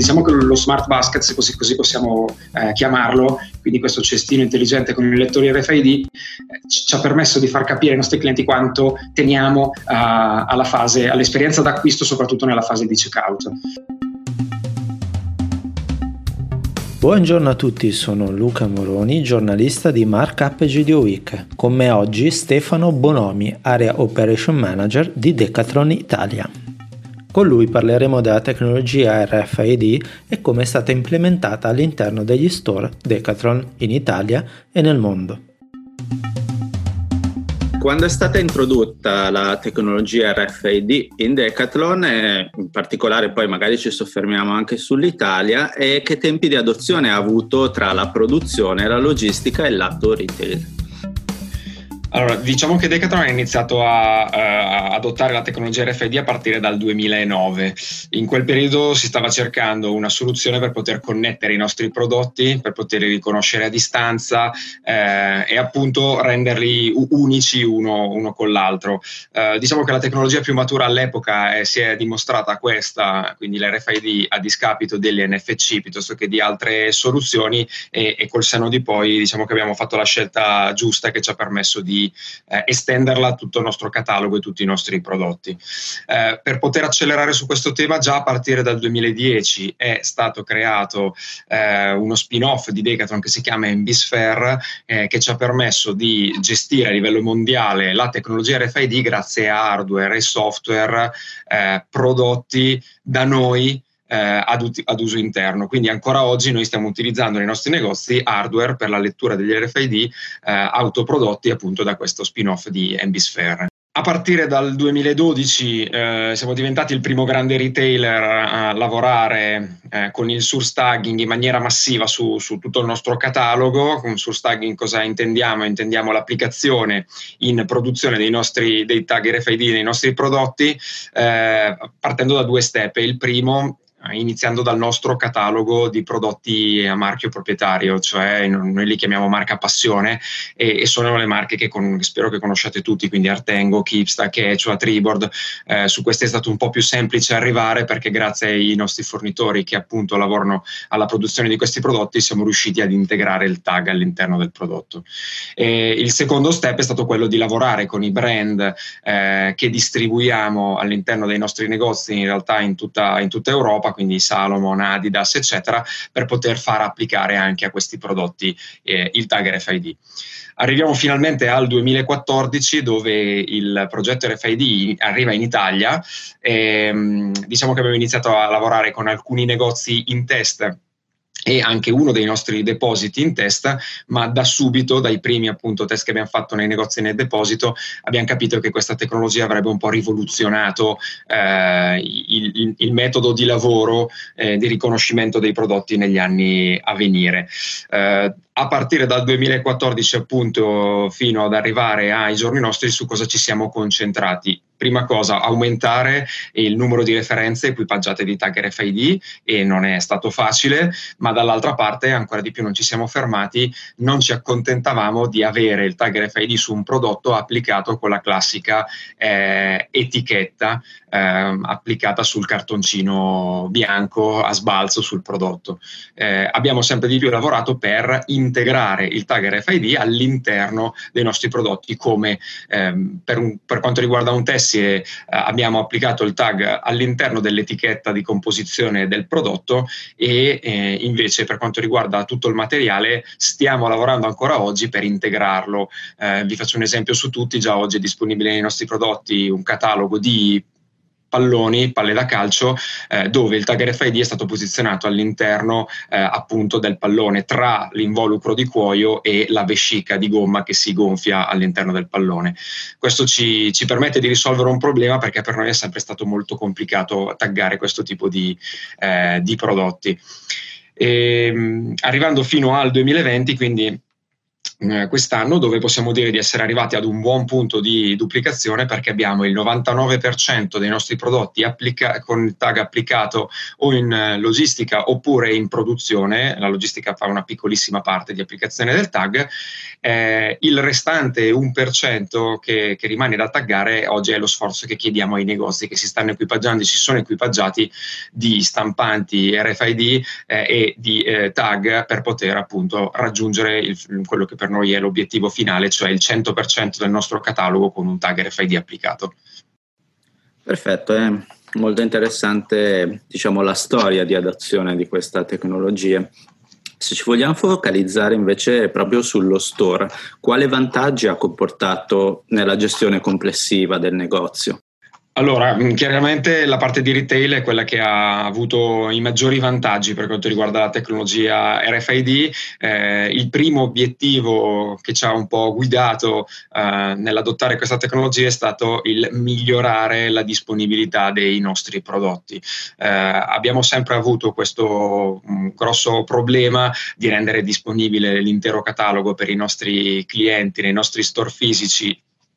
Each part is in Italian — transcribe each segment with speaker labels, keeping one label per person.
Speaker 1: Diciamo che lo smart basket, se così possiamo chiamarlo, quindi questo cestino intelligente con i lettori RFID, ci ha permesso di far capire ai nostri clienti quanto teniamo all'esperienza d'acquisto, soprattutto nella fase di checkout.
Speaker 2: Buongiorno a tutti, sono Luca Moroni, giornalista di Markup GDO Week. Con me oggi Stefano Bonomi, Area Operation Manager di Decathlon Italia. Con lui parleremo della tecnologia RFID e come è stata implementata all'interno degli store Decathlon in Italia e nel mondo.
Speaker 3: Quando è stata introdotta la tecnologia RFID in Decathlon, in particolare poi magari ci soffermiamo anche sull'Italia, e che tempi di adozione ha avuto tra la produzione, la logistica e il lato retail?
Speaker 1: Allora, diciamo che Decathlon ha iniziato a adottare la tecnologia RFID a partire dal 2009. In quel periodo si stava cercando una soluzione per poter connettere i nostri prodotti, per poterli riconoscere a distanza e appunto renderli unici uno con l'altro. Diciamo che la tecnologia più matura all'epoca si è dimostrata questa, quindi l'RFID, a discapito degli NFC piuttosto che di altre soluzioni, e col senno di poi diciamo che abbiamo fatto la scelta giusta che ci ha permesso di estenderla a tutto il nostro catalogo e tutti i nostri prodotti. Per poter accelerare su questo tema, già a partire dal 2010 è stato creato uno spin-off di Decathlon che si chiama Embisphere, che ci ha permesso di gestire a livello mondiale la tecnologia RFID grazie a hardware e software prodotti da noi ad uso interno. Quindi ancora oggi noi stiamo utilizzando nei nostri negozi hardware per la lettura degli RFID autoprodotti appunto da questo spin-off di Embisphere. A partire dal 2012 siamo diventati il primo grande retailer a lavorare con il source tagging in maniera massiva su tutto il nostro catalogo. Con source tagging cosa intendiamo? Intendiamo l'applicazione in produzione dei tag RFID nei nostri prodotti, partendo da due step. Il primo, iniziando dal nostro catalogo di prodotti a marchio proprietario, cioè noi li chiamiamo marca passione, e sono le marche che spero che conosciate tutti, quindi Artengo, Kipsta, Quechua, Tribord. Su queste è stato un po' più semplice arrivare perché grazie ai nostri fornitori che appunto lavorano alla produzione di questi prodotti siamo riusciti ad integrare il tag all'interno del prodotto. Il secondo step è stato quello di lavorare con i brand che distribuiamo all'interno dei nostri negozi, in realtà in tutta Europa, quindi Salomon, Adidas, eccetera, per poter far applicare anche a questi prodotti il tag RFID. Arriviamo finalmente al 2014, dove il progetto RFID arriva in Italia. Diciamo che abbiamo iniziato a lavorare con alcuni negozi in test e anche uno dei nostri depositi in test, ma da subito, dai primi appunto test che abbiamo fatto nei negozi e nel deposito, abbiamo capito che questa tecnologia avrebbe un po' rivoluzionato il metodo di lavoro di riconoscimento dei prodotti negli anni a venire. A partire dal 2014 appunto fino ad arrivare ai giorni nostri, su cosa ci siamo concentrati? Prima cosa, aumentare il numero di referenze equipaggiate di tag RFID, e non è stato facile, ma dall'altra parte ancora di più non ci siamo fermati, non ci accontentavamo di avere il tag RFID su un prodotto applicato con la classica etichetta applicata sul cartoncino bianco a sbalzo sul prodotto. Abbiamo sempre di più lavorato per integrare il tag RFID all'interno dei nostri prodotti, come per quanto riguarda un tessile abbiamo applicato il tag all'interno dell'etichetta di composizione del prodotto, e invece per quanto riguarda tutto il materiale stiamo lavorando ancora oggi per integrarlo. Vi faccio un esempio su tutti: già oggi è disponibile nei nostri prodotti un catalogo di palle da calcio, dove il tag RFID è stato posizionato all'interno appunto del pallone, tra l'involucro di cuoio e la vescica di gomma che si gonfia all'interno del pallone. Questo ci permette di risolvere un problema, perché per noi è sempre stato molto complicato taggare questo tipo di prodotti. Arrivando fino al 2020, quindi quest'anno, dove possiamo dire di essere arrivati ad un buon punto di duplicazione, perché abbiamo il 99% dei nostri prodotti con il tag applicato o in logistica oppure in produzione. La logistica fa una piccolissima parte di applicazione del tag. Il restante 1% che rimane da taggare oggi è lo sforzo che chiediamo ai negozi che si stanno equipaggiando, si sono equipaggiati di stampanti RFID e di tag per poter appunto raggiungere quello che per noi è l'obiettivo finale, cioè il 100% del nostro catalogo con un tag RFID applicato.
Speaker 3: Perfetto, è molto interessante, diciamo, la storia di adozione di questa tecnologia. Se ci vogliamo focalizzare invece proprio sullo store, quale vantaggi ha comportato nella gestione complessiva del negozio?
Speaker 1: Allora, chiaramente la parte di retail è quella che ha avuto i maggiori vantaggi per quanto riguarda la tecnologia RFID. Il primo obiettivo che ci ha un po' guidato nell'adottare questa tecnologia è stato il migliorare la disponibilità dei nostri prodotti. Abbiamo sempre avuto questo grosso problema di rendere disponibile l'intero catalogo per i nostri clienti nei nostri store fisici.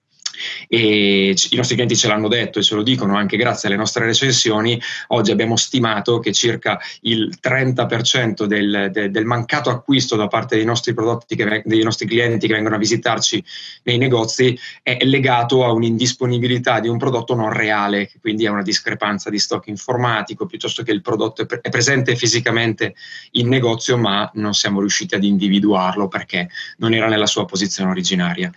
Speaker 1: E i nostri clienti ce l'hanno detto e ce lo dicono anche grazie alle nostre recensioni. Oggi abbiamo stimato che circa il 30% del mancato acquisto da parte dei nostri prodotti, dei nostri clienti che vengono a visitarci nei negozi, è legato a un'indisponibilità di un prodotto non reale, quindi è una discrepanza di stock informatico, piuttosto che il prodotto è presente fisicamente in negozio ma non siamo riusciti ad individuarlo perché non era nella sua posizione originaria.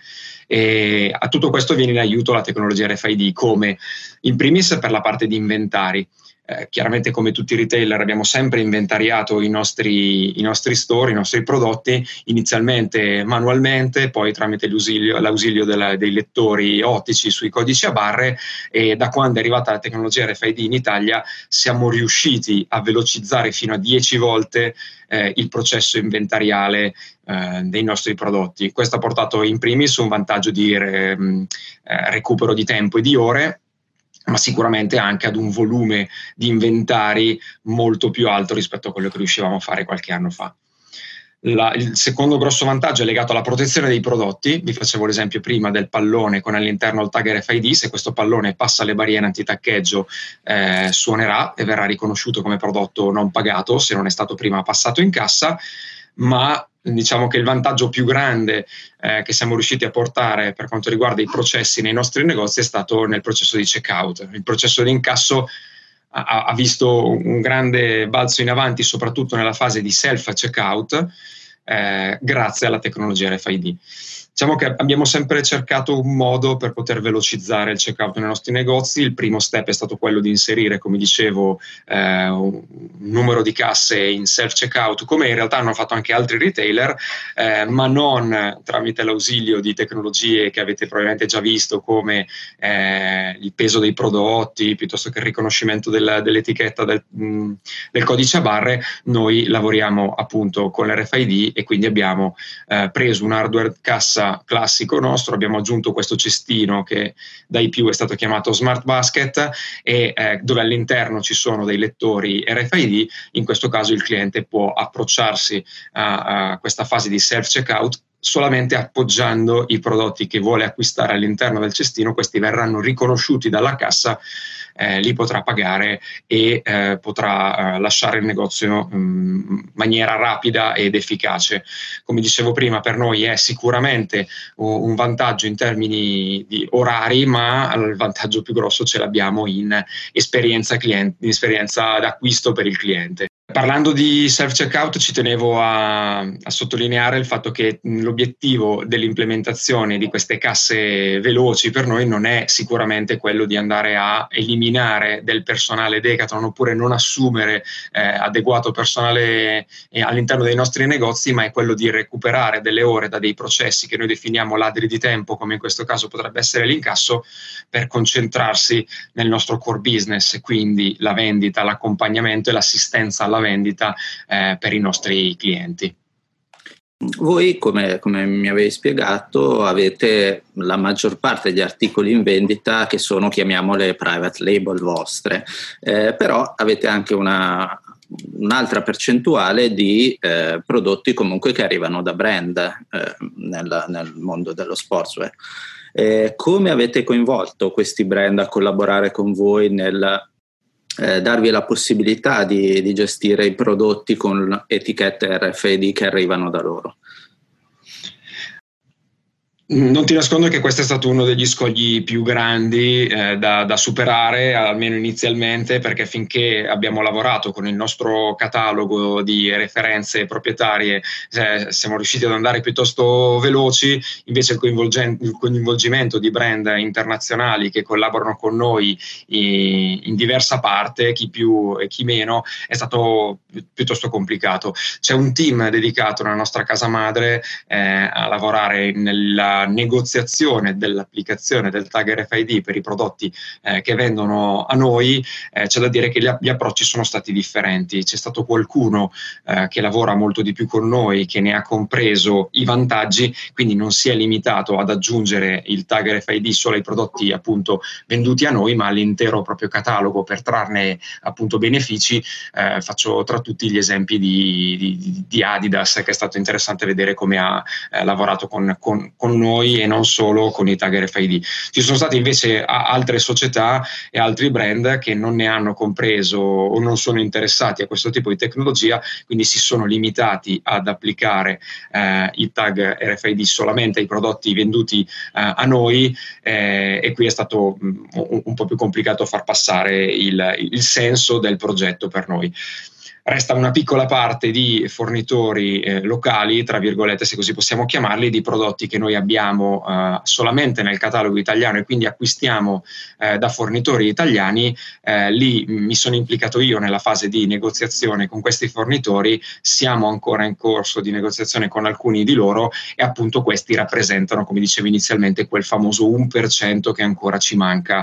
Speaker 1: E a tutto questo viene in aiuto la tecnologia RFID, come in primis per la parte di inventari. Chiaramente, come tutti i retailer, abbiamo sempre inventariato i nostri store, i nostri prodotti, inizialmente manualmente, poi tramite l'ausilio dei lettori ottici sui codici a barre, e da quando è arrivata la tecnologia RFID in Italia siamo riusciti a velocizzare fino a 10 volte il processo inventariale dei nostri prodotti. Questo ha portato in primis un vantaggio di recupero di tempo e di ore, ma sicuramente anche ad un volume di inventari molto più alto rispetto a quello che riuscivamo a fare qualche anno fa. Il secondo grosso vantaggio è legato alla protezione dei prodotti. Vi facevo l'esempio prima del pallone con all'interno il tag RFID. Se questo pallone passa le barriere antitaccheggio, suonerà e verrà riconosciuto come prodotto non pagato se non è stato prima passato in cassa. Ma diciamo che il vantaggio più grande che siamo riusciti a portare per quanto riguarda i processi nei nostri negozi è stato nel processo di checkout. Il processo di incasso ha visto un grande balzo in avanti, soprattutto nella fase di self checkout, grazie alla tecnologia RFID. Diciamo che abbiamo sempre cercato un modo per poter velocizzare il checkout nei nostri negozi. Il primo step è stato quello di inserire, come dicevo, un numero di casse in self-checkout, come in realtà hanno fatto anche altri retailer, ma non tramite l'ausilio di tecnologie che avete probabilmente già visto, come il peso dei prodotti, piuttosto che il riconoscimento dell'etichetta del codice a barre. Noi lavoriamo appunto con l'RFID e quindi abbiamo preso un hardware cassa classico nostro, abbiamo aggiunto questo cestino che dai più è stato chiamato Smart Basket e dove all'interno ci sono dei lettori RFID. In questo caso il cliente può approcciarsi a questa fase di self-checkout solamente appoggiando i prodotti che vuole acquistare all'interno del cestino. Questi verranno riconosciuti dalla cassa, li potrà pagare e potrà lasciare il negozio in maniera rapida ed efficace. Come dicevo prima, per noi è sicuramente un vantaggio in termini di orari, ma il vantaggio più grosso ce l'abbiamo in esperienza cliente, in esperienza d'acquisto per il cliente. Parlando di self-checkout, ci tenevo a sottolineare il fatto che l'obiettivo dell'implementazione di queste casse veloci per noi non è sicuramente quello di andare a eliminare del personale Decathlon oppure non assumere adeguato personale all'interno dei nostri negozi, ma è quello di recuperare delle ore da dei processi che noi definiamo ladri di tempo, come in questo caso potrebbe essere l'incasso, per concentrarsi nel nostro core business, quindi la vendita, l'accompagnamento e l'assistenza alla vendita per i nostri clienti.
Speaker 3: Voi, come mi avevi spiegato, avete la maggior parte degli articoli in vendita che sono, chiamiamole, private label vostre, però avete anche una un'altra percentuale di prodotti comunque che arrivano da brand nel mondo dello sportswear. Come avete coinvolto questi brand a collaborare con voi nel darvi la possibilità di gestire i prodotti con etichette RFID che arrivano da loro?
Speaker 1: Non ti nascondo che questo è stato uno degli scogli più grandi da superare, almeno inizialmente, perché finché abbiamo lavorato con il nostro catalogo di referenze proprietarie siamo riusciti ad andare piuttosto veloci. Invece il coinvolgimento di brand internazionali che collaborano con noi in diversa parte, chi più e chi meno, è stato piuttosto complicato. C'è un team dedicato nella nostra casa madre a lavorare nella negoziazione dell'applicazione del tag RFID per i prodotti che vendono a noi. C'è da dire che gli approcci sono stati differenti. C'è stato qualcuno che lavora molto di più con noi, che ne ha compreso i vantaggi, quindi non si è limitato ad aggiungere il tag RFID solo ai prodotti appunto venduti a noi, ma all'intero proprio catalogo per trarne appunto benefici. Faccio tra tutti gli esempi di Adidas, che è stato interessante vedere come ha lavorato con noi e non solo con i tag RFID. Ci sono state invece altre società e altri brand che non ne hanno compreso o non sono interessati a questo tipo di tecnologia, quindi si sono limitati ad applicare i tag RFID solamente ai prodotti venduti a noi, e qui è stato un po' più complicato far passare il senso del progetto per noi. Resta una piccola parte di fornitori locali, tra virgolette, se così possiamo chiamarli, di prodotti che noi abbiamo solamente nel catalogo italiano e quindi acquistiamo da fornitori italiani. Lì mi sono implicato io nella fase di negoziazione con questi fornitori, siamo ancora in corso di negoziazione con alcuni di loro e appunto questi rappresentano, come dicevo inizialmente, quel famoso 1% che ancora ci manca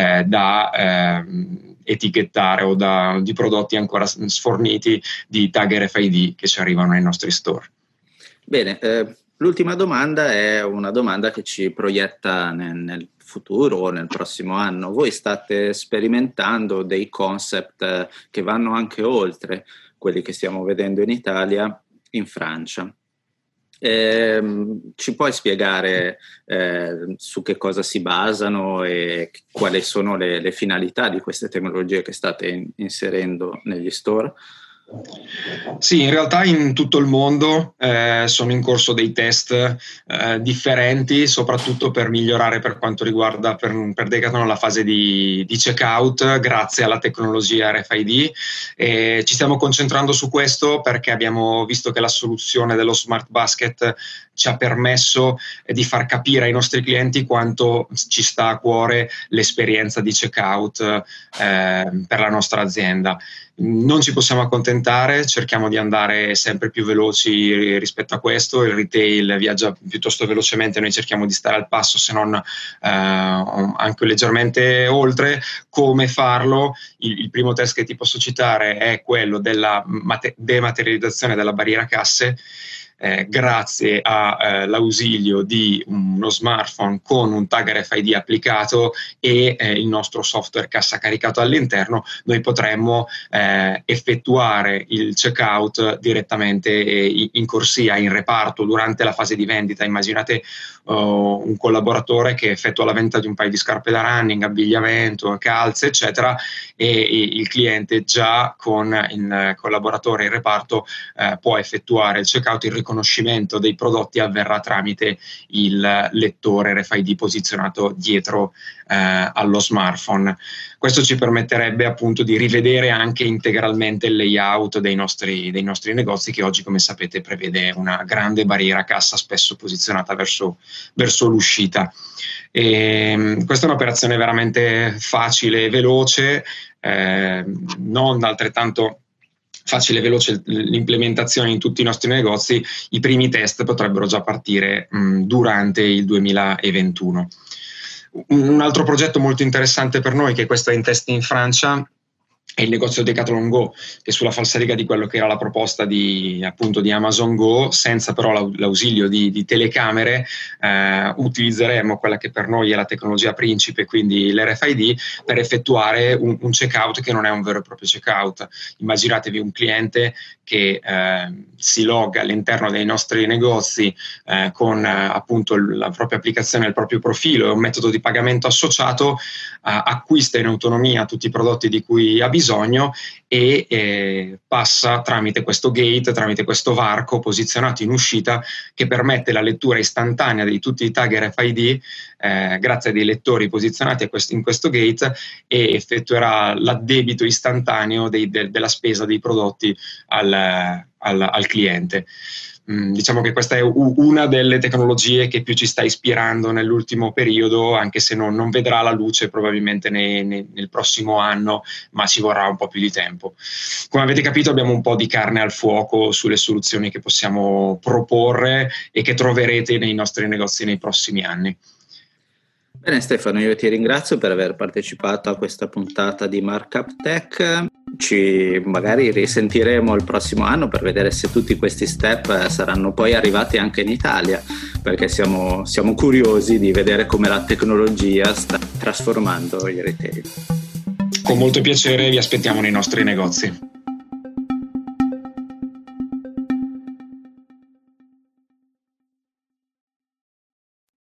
Speaker 1: da etichettare o di prodotti ancora sforniti di tag RFID che ci arrivano nei nostri store.
Speaker 3: Bene, l'ultima domanda è una domanda che ci proietta nel futuro o nel prossimo anno. Voi state sperimentando dei concept che vanno anche oltre quelli che stiamo vedendo in Italia, in Francia. Ci puoi spiegare su che cosa si basano e quali sono le finalità di queste tecnologie che state inserendo negli store?
Speaker 1: Sì, in realtà in tutto il mondo sono in corso dei test differenti, soprattutto per migliorare per quanto riguarda per Decathlon la fase di checkout grazie alla tecnologia RFID, e ci stiamo concentrando su questo perché abbiamo visto che la soluzione dello Smart Basket ci ha permesso di far capire ai nostri clienti quanto ci sta a cuore l'esperienza di checkout per la nostra azienda. Non ci possiamo accontentare, cerchiamo di andare sempre più veloci rispetto a questo. Il retail viaggia piuttosto velocemente, noi cerchiamo di stare al passo, se non anche leggermente oltre. Come farlo? Il primo test che ti posso citare è quello della dematerializzazione della barriera casse. Grazie all'ausilio di uno smartphone con un tag RFID applicato e il nostro software cassa caricato all'interno, noi potremmo effettuare il checkout direttamente in corsia, in reparto, durante la fase di vendita. Immaginate un collaboratore che effettua la vendita di un paio di scarpe da running, abbigliamento, calze, eccetera, e il cliente già con il collaboratore in reparto può effettuare il checkout. Il riconoscimento dei prodotti avverrà tramite il lettore RFID posizionato dietro allo smartphone. Questo ci permetterebbe appunto di rivedere anche integralmente il layout dei nostri negozi, che oggi, come sapete, prevede una grande barriera cassa spesso posizionata verso l'uscita. Questa è un'operazione veramente facile e veloce, non altrettanto facile e veloce l'implementazione in tutti i nostri negozi. I primi test potrebbero già partire durante il 2021. Un altro progetto molto interessante per noi, che questo è in test in Francia, è il negozio Decathlon Go, che sulla falsariga di quello che era la proposta di Amazon Go, senza però l'ausilio di telecamere, utilizzeremo quella che per noi è la tecnologia principe, quindi l'RFID, per effettuare un checkout che non è un vero e proprio checkout. Immaginatevi un cliente che si logga all'interno dei nostri negozi con appunto la propria applicazione, il proprio profilo e un metodo di pagamento associato, acquista in autonomia tutti i prodotti di cui ha bisogno e passa tramite questo gate, tramite questo varco posizionato in uscita, che permette la lettura istantanea di tutti i tag RFID grazie a dei lettori posizionati in questo gate, e effettuerà l'addebito istantaneo della spesa dei prodotti al cliente. Diciamo che questa è una delle tecnologie che più ci sta ispirando nell'ultimo periodo, anche se non vedrà la luce probabilmente nel prossimo anno, ma ci vorrà un po' più di tempo. Come avete capito, abbiamo un po' di carne al fuoco sulle soluzioni che possiamo proporre e che troverete nei nostri negozi nei prossimi anni.
Speaker 3: Bene Stefano, io ti ringrazio per aver partecipato a questa puntata di Markup Tech. Ci magari risentiremo il prossimo anno per vedere se tutti questi step saranno poi arrivati anche in Italia, perché siamo curiosi di vedere come la tecnologia sta trasformando il retail.
Speaker 1: Con molto piacere, vi aspettiamo nei nostri negozi.